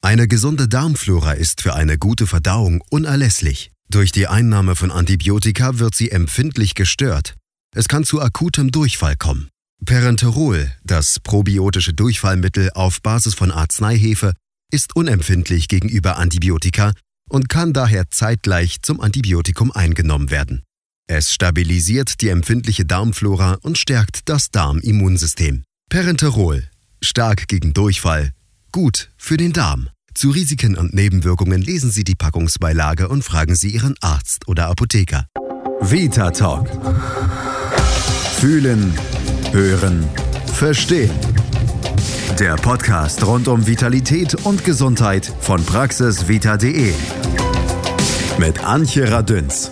Eine gesunde Darmflora ist für eine gute Verdauung unerlässlich. Durch die Einnahme von Antibiotika wird sie empfindlich gestört. Es kann zu akutem Durchfall kommen. Parenterol, das probiotische Durchfallmittel auf Basis von Arzneihefe, ist unempfindlich gegenüber Antibiotika und kann daher zeitgleich zum Antibiotikum eingenommen werden. Es stabilisiert die empfindliche Darmflora und stärkt das Darmimmunsystem. Parenterol, stark gegen Durchfall, gut für den Darm. Zu Risiken und Nebenwirkungen lesen Sie die Packungsbeilage und fragen Sie Ihren Arzt oder Apotheker. Vita Talk. Fühlen, hören, verstehen. Der Podcast rund um Vitalität und Gesundheit von praxisvita.de. Mit Antje Radünz.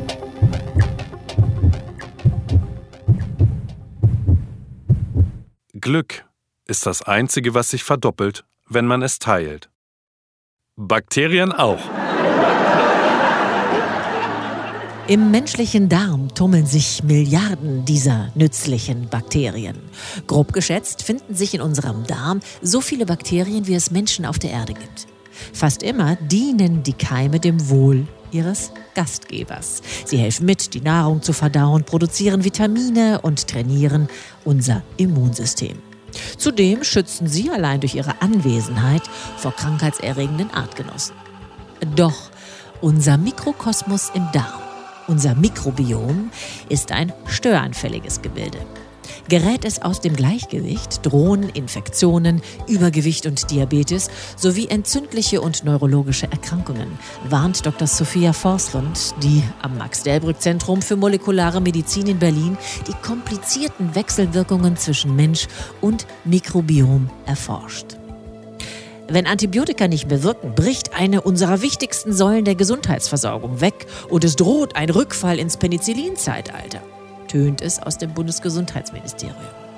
Glück ist das Einzige, was sich verdoppelt, wenn man es teilt. Bakterien auch. Im menschlichen Darm tummeln sich Milliarden dieser nützlichen Bakterien. Grob geschätzt finden sich in unserem Darm so viele Bakterien, wie es Menschen auf der Erde gibt. Fast immer dienen die Keime dem Wohl ihres Gastgebers. Sie helfen mit, die Nahrung zu verdauen, produzieren Vitamine und trainieren unser Immunsystem. Zudem schützen sie allein durch ihre Anwesenheit vor krankheitserregenden Artgenossen. Doch unser Mikrokosmos im Darm, unser Mikrobiom, ist ein störanfälliges Gebilde. Gerät es aus dem Gleichgewicht, drohen Infektionen, Übergewicht und Diabetes sowie entzündliche und neurologische Erkrankungen, warnt Dr. Sophia Forslund, die am Max-Delbrück-Zentrum für molekulare Medizin in Berlin die komplizierten Wechselwirkungen zwischen Mensch und Mikrobiom erforscht. Wenn Antibiotika nicht mehr wirken, bricht eine unserer wichtigsten Säulen der Gesundheitsversorgung weg und es droht ein Rückfall ins Penicillin-Zeitalter, tönt es aus dem Bundesgesundheitsministerium.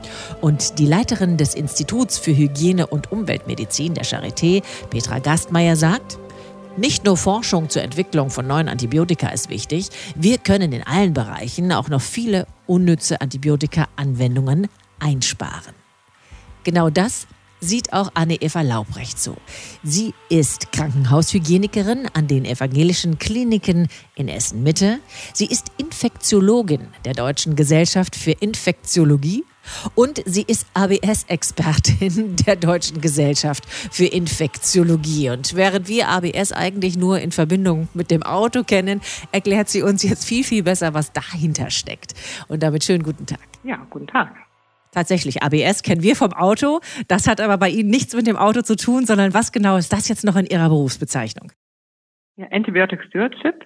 Und die Leiterin des Instituts für Hygiene und Umweltmedizin der Charité, Petra Gastmeier, sagt: Nicht nur Forschung zur Entwicklung von neuen Antibiotika ist wichtig, wir können in allen Bereichen auch noch viele unnütze Antibiotika-Anwendungen einsparen. Genau das sieht auch Anne-Eva Laubrecht so. Sie ist Krankenhaushygienikerin an den evangelischen Kliniken in Essen-Mitte. Sie ist Infektiologin der Deutschen Gesellschaft für Infektiologie und sie ist ABS-Expertin der Deutschen Gesellschaft für Infektiologie. Und während wir ABS eigentlich nur in Verbindung mit dem Auto kennen, erklärt sie uns jetzt viel, viel besser, was dahinter steckt. Und damit schönen guten Tag. Ja, guten Tag. Tatsächlich, ABS kennen wir vom Auto. Das hat aber bei Ihnen nichts mit dem Auto zu tun, sondern was genau ist das jetzt noch in Ihrer Berufsbezeichnung? Ja, Antibiotic Stewardship,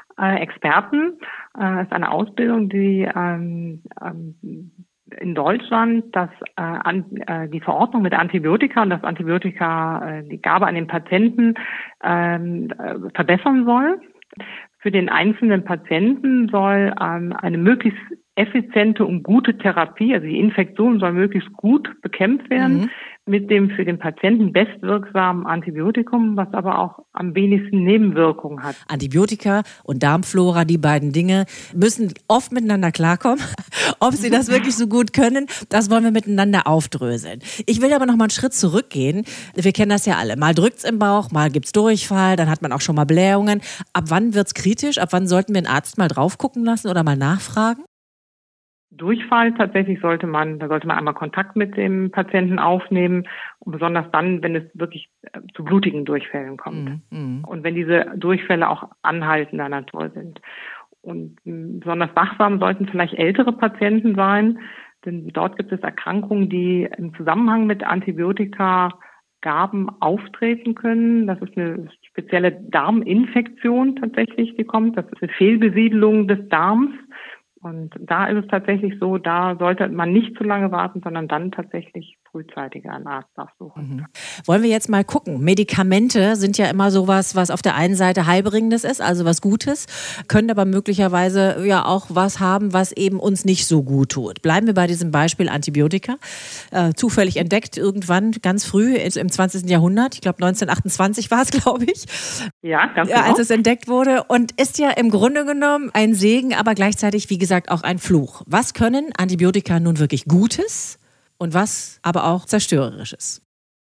Experten, ist eine Ausbildung, die in Deutschland die Verordnung mit Antibiotika und das Antibiotika, die Gabe an den Patienten verbessern soll. Für den einzelnen Patienten soll eine möglichst effiziente und gute Therapie, also die Infektion soll möglichst gut bekämpft werden mit dem für den Patienten bestwirksamen Antibiotikum, was aber auch am wenigsten Nebenwirkungen hat. Antibiotika und Darmflora, die beiden Dinge, müssen oft miteinander klarkommen. Ob sie das wirklich so gut können, das wollen wir miteinander aufdröseln. Ich will aber noch mal einen Schritt zurückgehen. Wir kennen das ja alle. Mal drückt's im Bauch, mal gibt's Durchfall, dann hat man auch schon mal Blähungen. Ab wann wird's kritisch? Ab wann sollten wir einen Arzt mal drauf gucken lassen oder mal nachfragen? Durchfall tatsächlich sollte man einmal Kontakt mit dem Patienten aufnehmen und besonders dann, wenn es wirklich zu blutigen Durchfällen kommt und wenn diese Durchfälle auch anhaltender Natur sind. Und besonders wachsam sollten vielleicht ältere Patienten sein, denn dort gibt es Erkrankungen, die im Zusammenhang mit Antibiotika-Gaben auftreten können. Das ist eine spezielle Darminfektion tatsächlich, die kommt. Das ist eine Fehlbesiedelung des Darms. Und da ist es tatsächlich so, da sollte man nicht zu lange warten, sondern dann tatsächlich frühzeitig einen Arzt aufsuchen. Wollen wir jetzt mal gucken. Medikamente sind ja immer sowas, was auf der einen Seite Heilbringendes ist, also was Gutes, können aber möglicherweise ja auch was haben, was eben uns nicht so gut tut. Bleiben wir bei diesem Beispiel Antibiotika. Zufällig entdeckt irgendwann ganz früh im 20. Jahrhundert, ich glaube 1928 war es, glaube ich. Ja, ganz genau. Als es entdeckt wurde und ist ja im Grunde genommen ein Segen, aber gleichzeitig, wie gesagt, auch ein Fluch. Was können Antibiotika nun wirklich Gutes und was aber auch Zerstörerisches?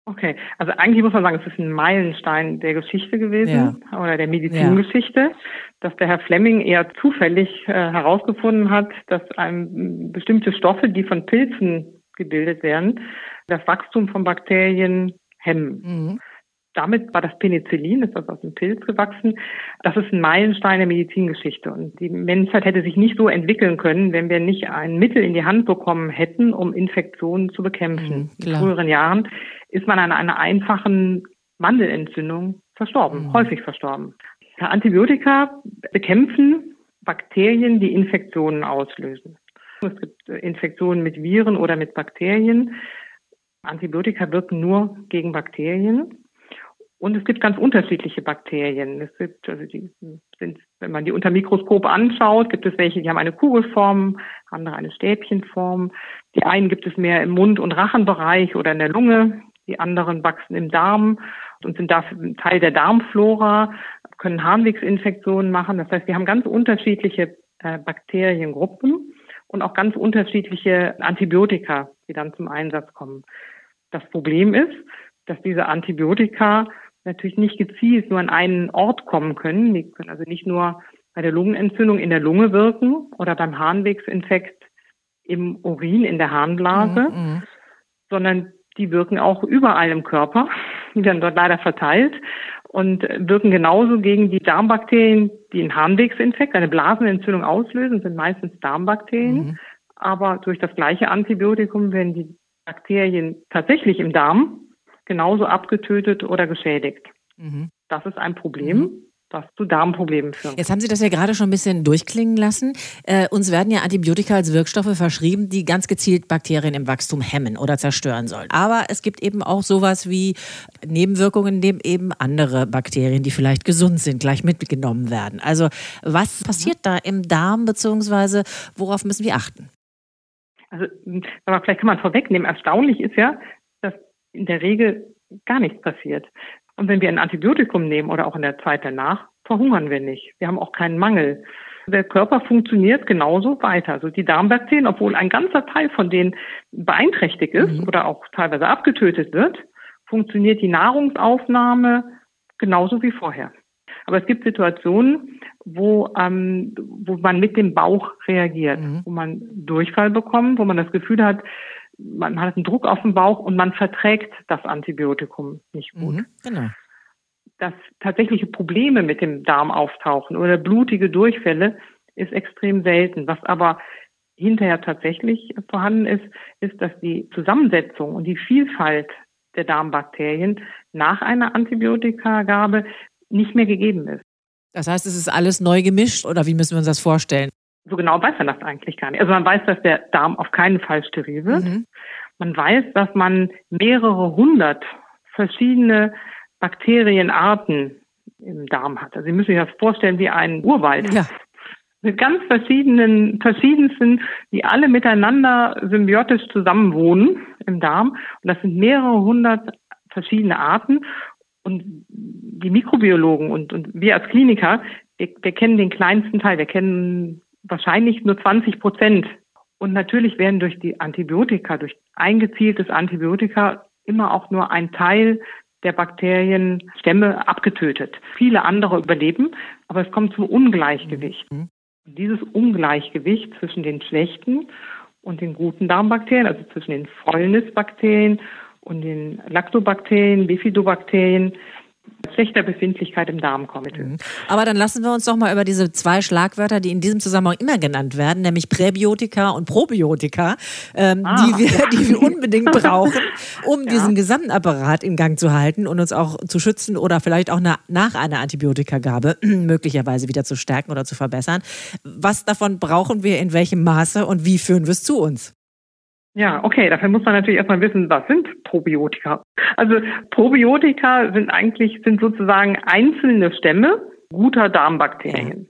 Okay, also eigentlich muss man sagen, es ist ein Meilenstein der Geschichte gewesen oder der Medizingeschichte, dass der Herr Fleming eher zufällig herausgefunden hat, dass bestimmte Stoffe, die von Pilzen gebildet werden, das Wachstum von Bakterien hemmen. Mhm. Damit war das Penicillin, ist das aus dem Pilz gewachsen. Das ist ein Meilenstein der Medizingeschichte. Und die Menschheit hätte sich nicht so entwickeln können, wenn wir nicht ein Mittel in die Hand bekommen hätten, um Infektionen zu bekämpfen. In früheren Jahren ist man an einer einfachen Mandelentzündung verstorben, häufig verstorben. Antibiotika bekämpfen Bakterien, die Infektionen auslösen. Es gibt Infektionen mit Viren oder mit Bakterien. Antibiotika wirken nur gegen Bakterien. Und es gibt ganz unterschiedliche Bakterien. Es gibt, wenn man die unter Mikroskop anschaut, gibt es welche, die haben eine Kugelform, andere eine Stäbchenform. Die einen gibt es mehr im Mund- und Rachenbereich oder in der Lunge. Die anderen wachsen im Darm und sind dafür Teil der Darmflora, können Harnwegsinfektionen machen. Das heißt, wir haben ganz unterschiedliche Bakteriengruppen und auch ganz unterschiedliche Antibiotika, die dann zum Einsatz kommen. Das Problem ist, dass diese Antibiotika natürlich nicht gezielt nur an einen Ort kommen können. Die können also nicht nur bei der Lungenentzündung in der Lunge wirken oder beim Harnwegsinfekt im Urin, in der Harnblase, sondern die wirken auch überall im Körper. Die werden dort leider verteilt und wirken genauso gegen die Darmbakterien, die einen Harnwegsinfekt, eine Blasenentzündung auslösen, sind meistens Darmbakterien. Aber durch das gleiche Antibiotikum werden die Bakterien tatsächlich im Darm genauso abgetötet oder geschädigt. Das ist ein Problem, das zu Darmproblemen führt. Jetzt haben Sie das ja gerade schon ein bisschen durchklingen lassen. Uns werden ja Antibiotika als Wirkstoffe verschrieben, die ganz gezielt Bakterien im Wachstum hemmen oder zerstören sollen. Aber es gibt eben auch sowas wie Nebenwirkungen, in denen eben andere Bakterien, die vielleicht gesund sind, gleich mitgenommen werden. Also was passiert da im Darm, beziehungsweise worauf müssen wir achten? Also, aber vielleicht kann man vorwegnehmen, erstaunlich ist ja, dass in der Regel gar nichts passiert. Und wenn wir ein Antibiotikum nehmen oder auch in der Zeit danach, verhungern wir nicht. Wir haben auch keinen Mangel. Der Körper funktioniert genauso weiter. Also die Darmbakterien, obwohl ein ganzer Teil von denen beeinträchtigt ist oder auch teilweise abgetötet wird, funktioniert die Nahrungsaufnahme genauso wie vorher. Aber es gibt Situationen, wo man mit dem Bauch reagiert, wo man Durchfall bekommt, wo man das Gefühl hat, man hat einen Druck auf dem Bauch und man verträgt das Antibiotikum nicht gut. Genau. Dass tatsächliche Probleme mit dem Darm auftauchen oder blutige Durchfälle ist extrem selten. Was aber hinterher tatsächlich vorhanden ist, dass die Zusammensetzung und die Vielfalt der Darmbakterien nach einer Antibiotikagabe nicht mehr gegeben ist. Das heißt, es ist alles neu gemischt oder wie müssen wir uns das vorstellen? So genau weiß man das eigentlich gar nicht. Also man weiß, dass der Darm auf keinen Fall steril wird. Man weiß, dass man mehrere hundert verschiedene Bakterienarten im Darm hat. Also Sie müssen sich das vorstellen wie ein Urwald. Ja. Mit ganz verschiedensten, die alle miteinander symbiotisch zusammenwohnen im Darm. Und das sind mehrere hundert verschiedene Arten. Und die Mikrobiologen und wir als Kliniker, wir kennen den kleinsten Teil. Wir kennen wahrscheinlich nur 20%. Und natürlich werden durch die Antibiotika, durch eingezieltes Antibiotika immer auch nur ein Teil der Bakterienstämme abgetötet. Viele andere überleben, aber es kommt zum Ungleichgewicht. Dieses Ungleichgewicht zwischen den schlechten und den guten Darmbakterien, also zwischen den Fäulnisbakterien und den Lactobakterien, Bifidobakterien, schlechter Befindlichkeit im Darm kommt. Aber dann lassen wir uns doch mal über diese zwei Schlagwörter, die in diesem Zusammenhang immer genannt werden, nämlich Präbiotika und Probiotika, die wir unbedingt brauchen, um diesen gesamten Apparat in Gang zu halten und uns auch zu schützen oder vielleicht auch nach einer Antibiotikagabe möglicherweise wieder zu stärken oder zu verbessern. Was davon brauchen wir in welchem Maße und wie führen wir es zu uns? Ja, okay, dafür muss man natürlich erstmal wissen, was sind Probiotika. Also Probiotika sind sozusagen einzelne Stämme guter Darmbakterien.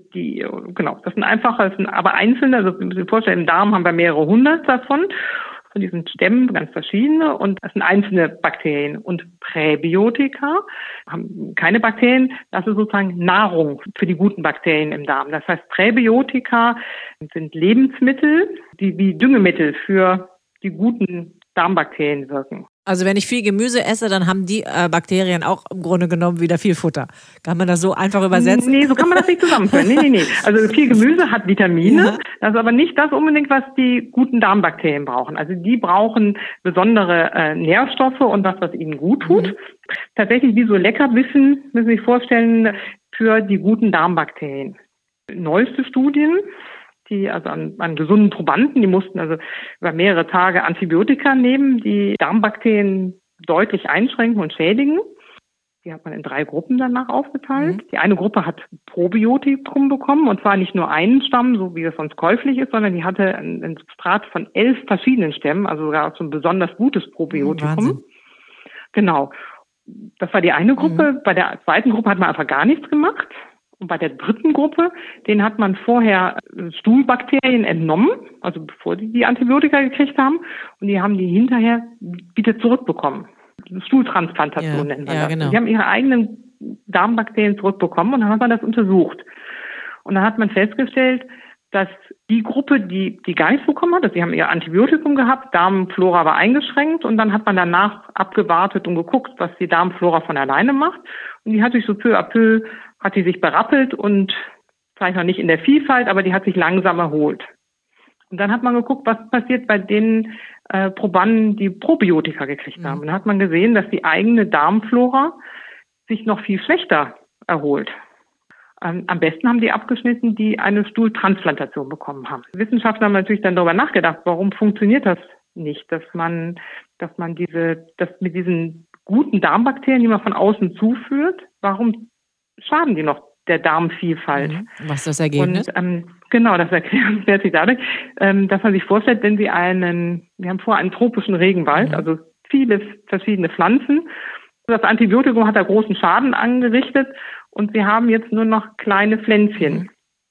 Das sind aber einzelne, also Sie müssen sich vorstellen, im Darm haben wir mehrere hundert davon, von diesen Stämmen, ganz verschiedene, und das sind einzelne Bakterien. Und Präbiotika haben keine Bakterien, das ist sozusagen Nahrung für die guten Bakterien im Darm. Das heißt, Präbiotika sind Lebensmittel, die wie Düngemittel für die guten Darmbakterien wirken. Also wenn ich viel Gemüse esse, dann haben die Bakterien auch im Grunde genommen wieder viel Futter. Kann man das so einfach übersetzen? Nee, so kann man das nicht zusammenführen. Nee. Also viel Gemüse hat Vitamine. Ja. Das ist aber nicht das unbedingt, was die guten Darmbakterien brauchen. Also die brauchen besondere Nährstoffe und das, was ihnen gut tut. Tatsächlich wie so Leckerbissen, müssen Sie sich vorstellen, für die guten Darmbakterien. Neueste Studien, die also an gesunden Probanden, die mussten also über mehrere Tage Antibiotika nehmen, die Darmbakterien deutlich einschränken und schädigen. Die hat man in 3 Gruppen danach aufgeteilt. Die eine Gruppe hat Probiotikum bekommen, und zwar nicht nur einen Stamm, so wie es sonst käuflich ist, sondern die hatte ein Substrat von 11 verschiedenen Stämmen, also sogar so ein besonders gutes Probiotikum. Wahnsinn. Genau. Das war die eine Gruppe. Bei der zweiten Gruppe hat man einfach gar nichts gemacht. Und bei der dritten Gruppe, denen hat man vorher Stuhlbakterien entnommen, also bevor die Antibiotika gekriegt haben, und die haben die hinterher wieder zurückbekommen. Stuhltransplantation nennen wir das. Genau. Die haben ihre eigenen Darmbakterien zurückbekommen, und dann hat man das untersucht. Und dann hat man festgestellt, dass die Gruppe, die gar nichts bekommen hat, also die haben ihr Antibiotikum gehabt, Darmflora war eingeschränkt, und dann hat man danach abgewartet und geguckt, was die Darmflora von alleine macht. Und die hat sich so peu à peu hat die sich berappelt und vielleicht noch nicht in der Vielfalt, aber die hat sich langsam erholt. Und dann hat man geguckt, was passiert bei den Probanden, die Probiotika gekriegt haben. Und dann hat man gesehen, dass die eigene Darmflora sich noch viel schlechter erholt. Am besten haben die abgeschnitten, die eine Stuhltransplantation bekommen haben. Wissenschaftler haben natürlich dann darüber nachgedacht, warum funktioniert das nicht, dass man das mit diesen guten Darmbakterien, die man von außen zuführt, warum schaden die noch der Darmvielfalt? Was ist das Ergebnis? Und, genau, das erklärt sich dadurch, dass man sich vorstellt, wenn Sie wir haben vorher einen tropischen Regenwald, also viele verschiedene Pflanzen. Das Antibiotikum hat da großen Schaden angerichtet, und wir haben jetzt nur noch kleine Pflänzchen.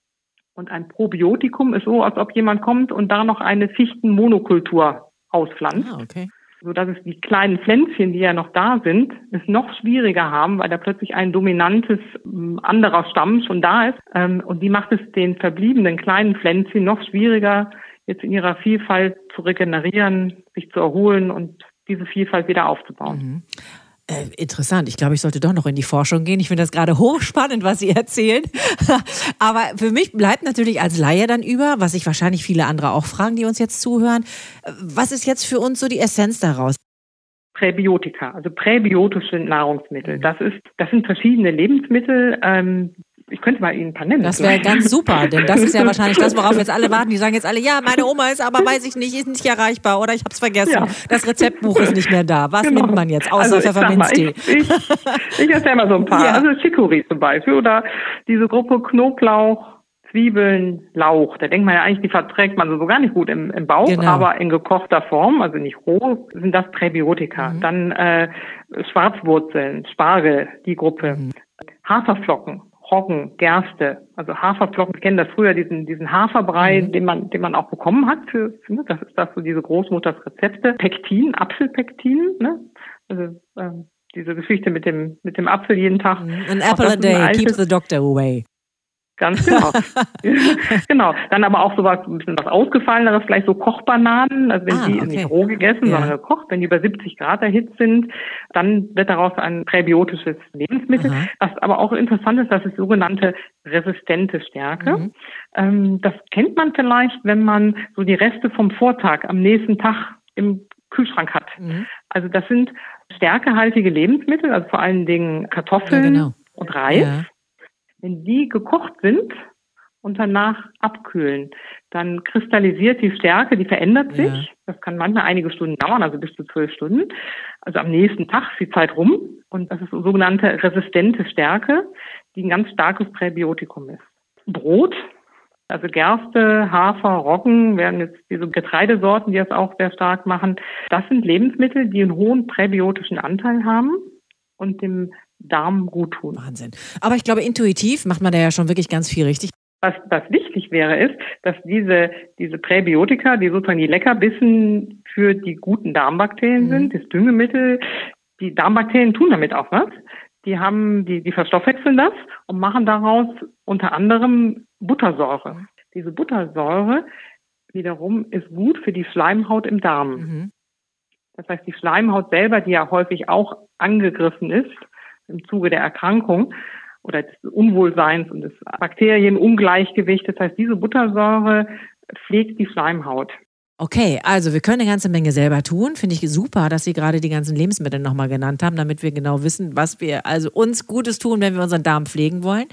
Und ein Probiotikum ist so, als ob jemand kommt und da noch eine Fichtenmonokultur auspflanzt. Okay. Sodass es die kleinen Pflänzchen, die ja noch da sind, es noch schwieriger haben, weil da plötzlich ein dominantes anderer Stamm schon da ist. Und die macht es den verbliebenen kleinen Pflänzchen noch schwieriger, jetzt in ihrer Vielfalt zu regenerieren, sich zu erholen und diese Vielfalt wieder aufzubauen. Interessant. Ich glaube, ich sollte doch noch in die Forschung gehen. Ich finde das gerade hochspannend, was Sie erzählen. Aber für mich bleibt natürlich als Laie dann über, was sich wahrscheinlich viele andere auch fragen, die uns jetzt zuhören. Was ist jetzt für uns so die Essenz daraus? Präbiotika, also präbiotische Nahrungsmittel. Das sind verschiedene Lebensmittel. Ich könnte mal Ihnen ein paar nennen. Das wäre ganz super, denn das ist ja wahrscheinlich das, worauf jetzt alle warten. Die sagen jetzt alle, ja, meine Oma ist aber, weiß ich nicht, ist nicht erreichbar oder ich habe es vergessen. Ja. Das Rezeptbuch ist nicht mehr da. Was nimmt man jetzt außer Pfefferminztee? Ich erzähle mal so ein paar. Ja. Also Chicorée zum Beispiel oder diese Gruppe Knoblauch, Zwiebeln, Lauch. Da denkt man ja eigentlich, die verträgt man so gar nicht gut im Bauch, aber in gekochter Form, also nicht roh, sind das Präbiotika. Dann Schwarzwurzeln, Spargel, die Gruppe. Haferflocken, Roggen, Gerste, also Haferflocken, wir kennen das früher, diesen Haferbrei, den man auch bekommen hat das ist das so diese Großmutters Rezepte. Pektin, Apfelpektin, ne? Also diese Geschichte mit dem Apfel jeden Tag. An apple a day keeps the doctor away. Ganz genau. Genau. Dann aber auch ein bisschen was Ausgefalleneres, vielleicht so Kochbananen, also wenn die nicht roh gegessen, sondern gekocht, wenn die über 70 Grad erhitzt sind, dann wird daraus ein präbiotisches Lebensmittel. Was aber auch interessant ist, das ist sogenannte resistente Stärke. Das kennt man vielleicht, wenn man so die Reste vom Vortag am nächsten Tag im Kühlschrank hat. Also das sind stärkehaltige Lebensmittel, also vor allen Dingen Kartoffeln und Reis. Ja. Wenn die gekocht sind und danach abkühlen, dann kristallisiert die Stärke, die verändert sich. Ja. Das kann manchmal einige Stunden dauern, also bis zu 12 Stunden. Also am nächsten Tag ist die Zeit rum. Und das ist sogenannte resistente Stärke, die ein ganz starkes Präbiotikum ist. Brot, also Gerste, Hafer, Roggen, wären jetzt diese Getreidesorten, die das auch sehr stark machen. Das sind Lebensmittel, die einen hohen präbiotischen Anteil haben und dem Darm gut tun. Wahnsinn. Aber ich glaube, intuitiv macht man da ja schon wirklich ganz viel richtig. Was wichtig wäre, ist, dass diese Präbiotika, die sozusagen die Leckerbissen für die guten Darmbakterien sind, das Düngemittel, die Darmbakterien tun damit auch was. Die verstoffwechseln das und machen daraus unter anderem Buttersäure. Diese Buttersäure wiederum ist gut für die Schleimhaut im Darm. Das heißt, die Schleimhaut selber, die ja häufig auch angegriffen ist im Zuge der Erkrankung oder des Unwohlseins und des Bakterienungleichgewichts, das heißt, diese Buttersäure pflegt die Schleimhaut. Okay, also wir können eine ganze Menge selber tun. Finde ich super, dass Sie gerade die ganzen Lebensmittel nochmal genannt haben, damit wir genau wissen, was wir also uns Gutes tun, wenn wir unseren Darm pflegen wollen.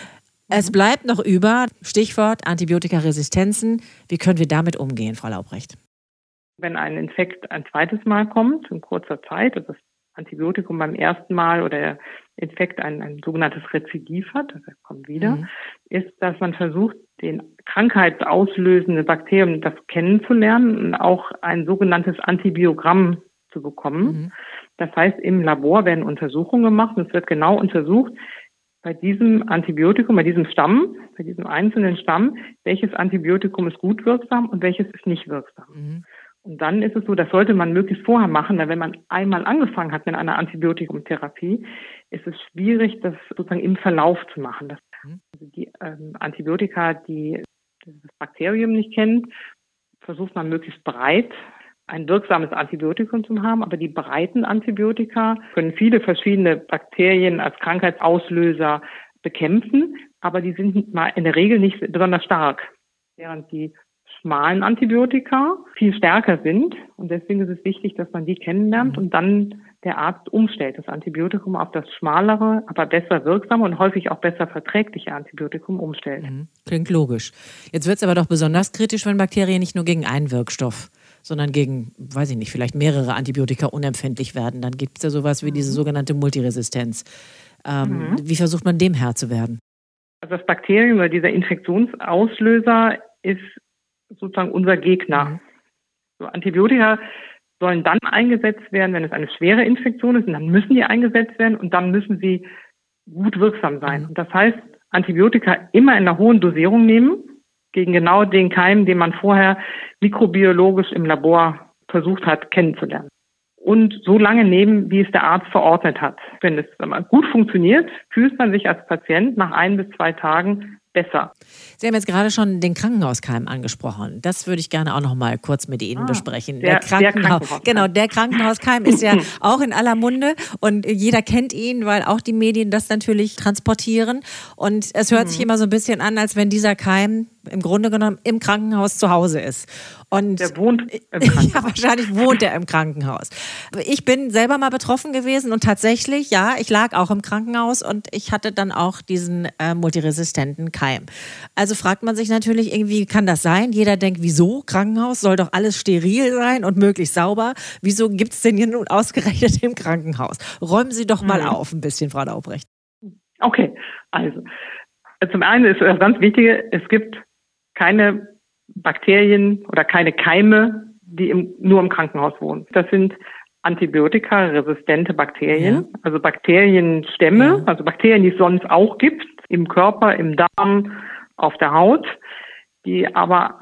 Es bleibt noch über, Stichwort Antibiotikaresistenzen. Wie können wir damit umgehen, Frau Laubrecht? Wenn ein Infekt ein zweites Mal kommt, in kurzer Zeit, also das Antibiotikum beim ersten Mal oder der Infekt ein sogenanntes Rezidiv hat, also er kommt wieder, ist, dass man versucht, den krankheitsauslösenden Bakterium das kennenzulernen und auch ein sogenanntes Antibiogramm zu bekommen. Das heißt, im Labor werden Untersuchungen gemacht und es wird genau untersucht, bei diesem Antibiotikum, bei diesem Stamm, bei diesem einzelnen Stamm, welches Antibiotikum ist gut wirksam und welches ist nicht wirksam. Und dann ist es so, das sollte man möglichst vorher machen, denn wenn man einmal angefangen hat mit einer Antibiotikumtherapie, ist es schwierig, das sozusagen im Verlauf zu machen. Also die Antibiotika, die das Bakterium nicht kennt, versucht man möglichst breit ein wirksames Antibiotikum zu haben, aber die breiten Antibiotika können viele verschiedene Bakterien als Krankheitsauslöser bekämpfen, aber die sind in der Regel nicht besonders stark, während die schmalen Antibiotika viel stärker sind und deswegen ist es wichtig, dass man die kennenlernt und dann der Arzt umstellt, das Antibiotikum auf das schmalere, aber besser wirksame und häufig auch besser verträgliche Antibiotikum umstellt. Klingt logisch. Jetzt wird es aber doch besonders kritisch, wenn Bakterien nicht nur gegen einen Wirkstoff, sondern gegen, weiß ich nicht, vielleicht mehrere Antibiotika unempfindlich werden. Dann gibt es ja sowas wie diese sogenannte Multiresistenz. Wie versucht man dem Herr zu werden? Also das Bakterium oder dieser Infektionsauslöser ist sozusagen unser Gegner. So, Antibiotika sollen dann eingesetzt werden, wenn es eine schwere Infektion ist, und dann müssen die eingesetzt werden und dann müssen sie gut wirksam sein. Und das heißt, Antibiotika immer in einer hohen Dosierung nehmen, gegen genau den Keim, den man vorher mikrobiologisch im Labor versucht hat kennenzulernen. Und so lange nehmen, wie es der Arzt verordnet hat. Wenn es gut funktioniert, fühlt man sich als Patient nach 1 bis 2 Tagen besser. Sie haben jetzt gerade schon den Krankenhauskeim angesprochen. Das würde ich gerne auch noch mal kurz mit Ihnen besprechen. Der Krankenhauskeim. Genau, der Krankenhauskeim ist ja auch in aller Munde und jeder kennt ihn, weil auch die Medien das natürlich transportieren. Und es hört sich immer so ein bisschen an, als wenn dieser Keim im Grunde genommen im Krankenhaus zu Hause ist. Und der wohnt im Krankenhaus. Ja, wahrscheinlich wohnt er im Krankenhaus. Ich bin selber mal betroffen gewesen und tatsächlich, ja, ich lag auch im Krankenhaus und ich hatte dann auch diesen multiresistenten Keim. Also fragt man sich natürlich irgendwie, kann das sein? Jeder denkt, wieso? Krankenhaus soll doch alles steril sein und möglichst sauber. Wieso gibt es denn hier nun ausgerechnet im Krankenhaus? Räumen Sie doch mal auf ein bisschen, Frau Laubrecht. Okay, also zum einen ist das ganz Wichtige, es gibt keine Bakterien oder keine Keime, die nur im Krankenhaus wohnen. Das sind antibiotikaresistente Bakterien, also Bakterienstämme, also Bakterien, die es sonst auch gibt, im Körper, im Darm, auf der Haut, die aber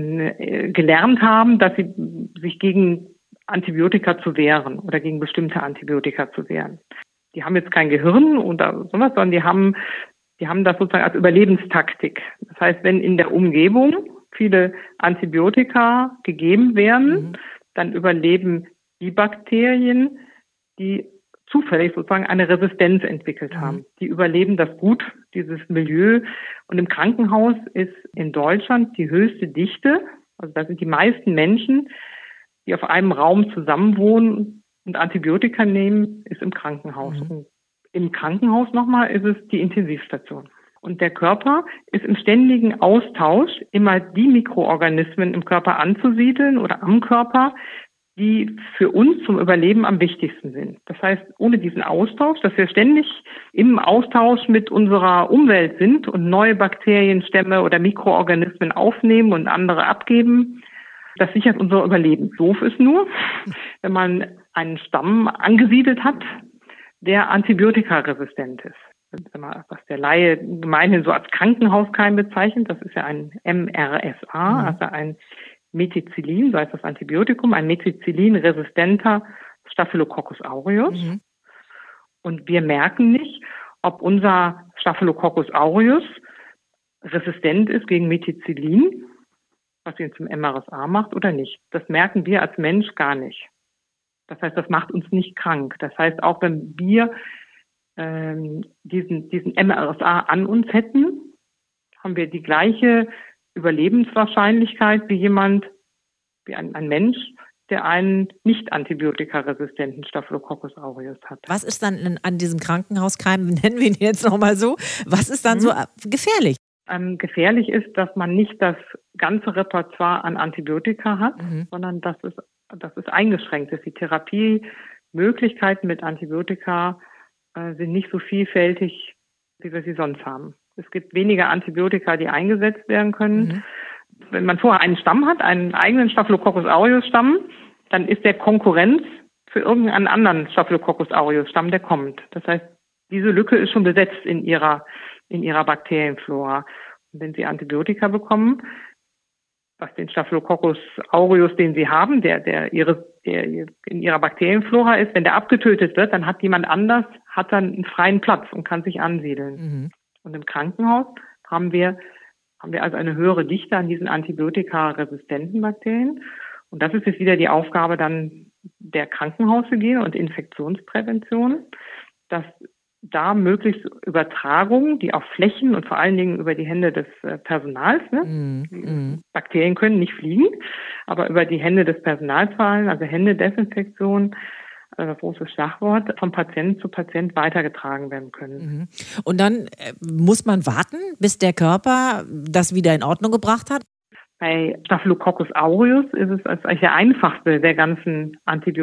gelernt haben, dass sie sich gegen Antibiotika zu wehren oder gegen bestimmte Antibiotika zu wehren. Die haben jetzt kein Gehirn oder sowas, sondern die haben das sozusagen als Überlebenstaktik. Das heißt, wenn in der Umgebung viele Antibiotika gegeben werden, dann überleben die Bakterien, die zufällig sozusagen eine Resistenz entwickelt haben. Die überleben das gut, dieses Milieu. Und im Krankenhaus ist in Deutschland die höchste Dichte, also da sind die meisten Menschen, die auf einem Raum zusammenwohnen und Antibiotika nehmen, ist im Krankenhaus. Und im Krankenhaus nochmal ist es die Intensivstation. Und der Körper ist im ständigen Austausch, immer die Mikroorganismen im Körper anzusiedeln oder am Körper, die für uns zum Überleben am wichtigsten sind. Das heißt, ohne diesen Austausch, dass wir ständig im Austausch mit unserer Umwelt sind und neue Bakterienstämme oder Mikroorganismen aufnehmen und andere abgeben, das sichert unser Überleben. Doof ist nur, wenn man einen Stamm angesiedelt hat, der antibiotikaresistent ist. Was der Laie gemeinhin so als Krankenhauskeim bezeichnet, das ist ja ein MRSA, also ein Methicillin, so heißt das Antibiotikum, ein Methicillin-resistenter Staphylococcus aureus. Und wir merken nicht, ob unser Staphylococcus aureus resistent ist gegen Methicillin, was ihn zum MRSA macht oder nicht. Das merken wir als Mensch gar nicht. Das heißt, das macht uns nicht krank. Das heißt, auch wenn wir diesen MRSA an uns hätten, haben wir die gleiche Überlebenswahrscheinlichkeit wie ein Mensch, der einen nicht antibiotikaresistenten Staphylococcus aureus hat. Was ist dann an diesem Krankenhauskeim, nennen wir ihn jetzt nochmal so, was ist dann so gefährlich? Gefährlich ist, dass man nicht das ganze Repertoire an Antibiotika hat, sondern dass es eingeschränkt ist. Die Therapiemöglichkeiten mit Antibiotika sind nicht so vielfältig, wie wir sie sonst haben. Es gibt weniger Antibiotika, die eingesetzt werden können. Wenn man vorher einen Stamm hat, einen eigenen Staphylococcus aureus Stamm, dann ist der Konkurrenz für irgendeinen anderen Staphylococcus aureus Stamm, der kommt. Das heißt, diese Lücke ist schon besetzt in ihrer Bakterienflora. Und wenn Sie Antibiotika bekommen, was den Staphylococcus aureus, den Sie haben, der in Ihrer Bakterienflora ist, wenn der abgetötet wird, dann hat jemand anders, dann einen freien Platz und kann sich ansiedeln. Und im Krankenhaus haben wir also eine höhere Dichte an diesen antibiotikaresistenten Bakterien. Und das ist jetzt wieder die Aufgabe dann der Krankenhaushygiene und Infektionsprävention, dass da möglichst Übertragungen, die auf Flächen und vor allen Dingen über die Hände des Personals, Bakterien können nicht fliegen, aber über die Hände des Personals fallen, also Händedesinfektion, also großes Schlagwort, von Patient zu Patient weitergetragen werden können. Und dann muss man warten, bis der Körper das wieder in Ordnung gebracht hat? Bei Staphylococcus aureus ist es eigentlich der einfachste der ganzen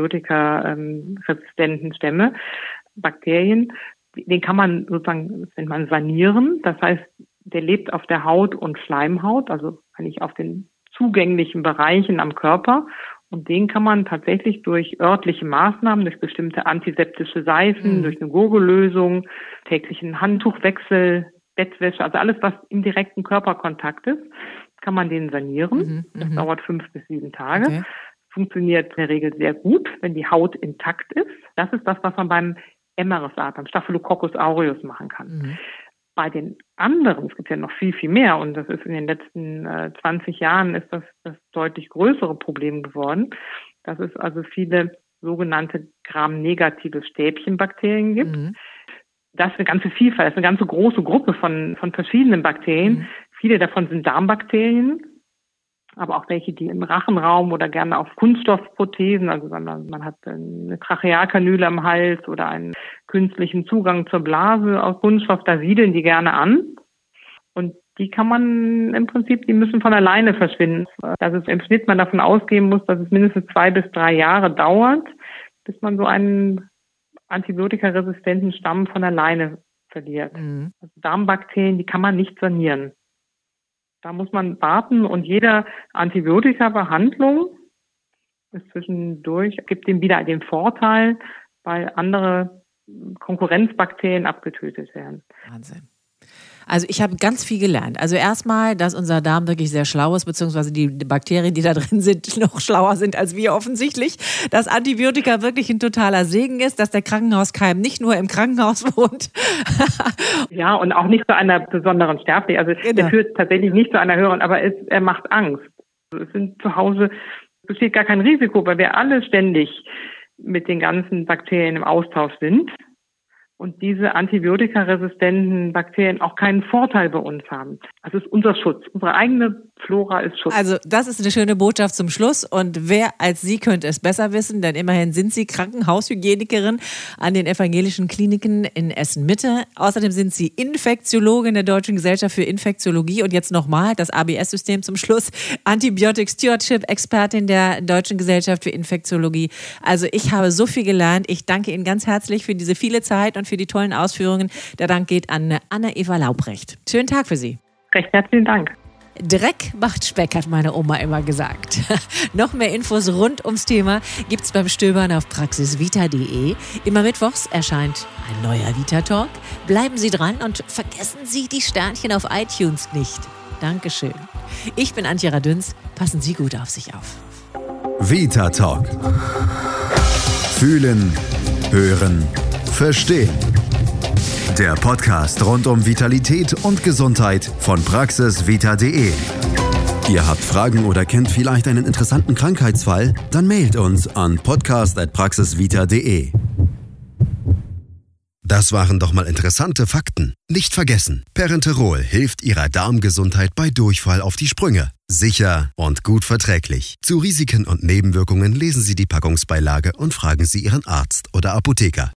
antibiotikaresistenten Stämme, Bakterien. Den kann man sozusagen, wenn man sanieren, das heißt, der lebt auf der Haut und Schleimhaut, also eigentlich auf den zugänglichen Bereichen am Körper. Und den kann man tatsächlich durch örtliche Maßnahmen, durch bestimmte antiseptische Seifen, durch eine Gurgellösung, täglichen Handtuchwechsel, Bettwäsche, also alles, was im direkten Körperkontakt ist, kann man den sanieren. Das dauert 5 bis 7 Tage. Okay. Funktioniert in der Regel sehr gut, wenn die Haut intakt ist. Das ist das, was man beim MRSA, beim Staphylococcus aureus machen kann. Bei den anderen, es gibt ja noch viel, viel mehr und das ist in den letzten 20 Jahren ist das deutlich größere Problem geworden, dass es also viele sogenannte Gram-negative Stäbchenbakterien gibt. Das ist eine ganze Vielfalt, das ist eine ganze große Gruppe von verschiedenen Bakterien. Viele davon sind Darmbakterien, aber auch welche, die im Rachenraum oder gerne auf Kunststoffprothesen, also man hat eine Trachealkanüle am Hals oder einen künstlichen Zugang zur Blase aus Kunststoff, da siedeln die gerne an. Und die kann man im Prinzip, die müssen von alleine verschwinden. Dass es im Schnitt man davon ausgehen muss, dass es mindestens 2 bis 3 Jahre dauert, bis man so einen antibiotikaresistenten Stamm von alleine verliert. Also Darmbakterien, die kann man nicht sanieren. Da muss man warten und jede Antibiotika-Behandlung ist zwischendurch, gibt dem wieder den Vorteil, weil andere Konkurrenzbakterien abgetötet werden. Wahnsinn. Also ich habe ganz viel gelernt. Also erstmal, dass unser Darm wirklich sehr schlau ist, beziehungsweise die Bakterien, die da drin sind, noch schlauer sind als wir offensichtlich. Dass Antibiotika wirklich ein totaler Segen ist, dass der Krankenhauskeim nicht nur im Krankenhaus wohnt. Ja, und auch nicht zu einer besonderen Sterblichkeit. Also genau. Der führt tatsächlich nicht zu einer höheren, aber er macht Angst. Also es sind zu Hause, besteht gar kein Risiko, weil wir alle ständig mit den ganzen Bakterien im Austausch sind. Und diese antibiotikaresistenten Bakterien auch keinen Vorteil bei uns haben. Das ist unser Schutz. Unsere eigene Flora ist Schutz. Also das ist eine schöne Botschaft zum Schluss. Und wer als Sie könnte es besser wissen, denn immerhin sind Sie Krankenhaushygienikerin an den evangelischen Kliniken in Essen-Mitte. Außerdem sind Sie Infektiologin der Deutschen Gesellschaft für Infektiologie und jetzt nochmal das ABS-System zum Schluss. Antibiotic Stewardship-Expertin der Deutschen Gesellschaft für Infektiologie. Also ich habe so viel gelernt. Ich danke Ihnen ganz herzlich für diese viele Zeit und für die tollen Ausführungen. Der Dank geht an Anna-Eva Laubrecht. Schönen Tag für Sie. Recht herzlichen Dank. Dreck macht Speck, hat meine Oma immer gesagt. Noch mehr Infos rund ums Thema gibt's beim Stöbern auf praxisvita.de. Immer mittwochs erscheint ein neuer Vita-Talk. Bleiben Sie dran und vergessen Sie die Sternchen auf iTunes nicht. Dankeschön. Ich bin Antje Radünz. Passen Sie gut auf sich auf. Vita-Talk. Fühlen, hören, verstehen. Der Podcast rund um Vitalität und Gesundheit von praxisvita.de. Ihr habt Fragen oder kennt vielleicht einen interessanten Krankheitsfall? Dann mailt uns an podcast@praxisvita.de. Das waren doch mal interessante Fakten. Nicht vergessen, Parenterol hilft Ihrer Darmgesundheit bei Durchfall auf die Sprünge. Sicher und gut verträglich. Zu Risiken und Nebenwirkungen lesen Sie die Packungsbeilage und fragen Sie Ihren Arzt oder Apotheker.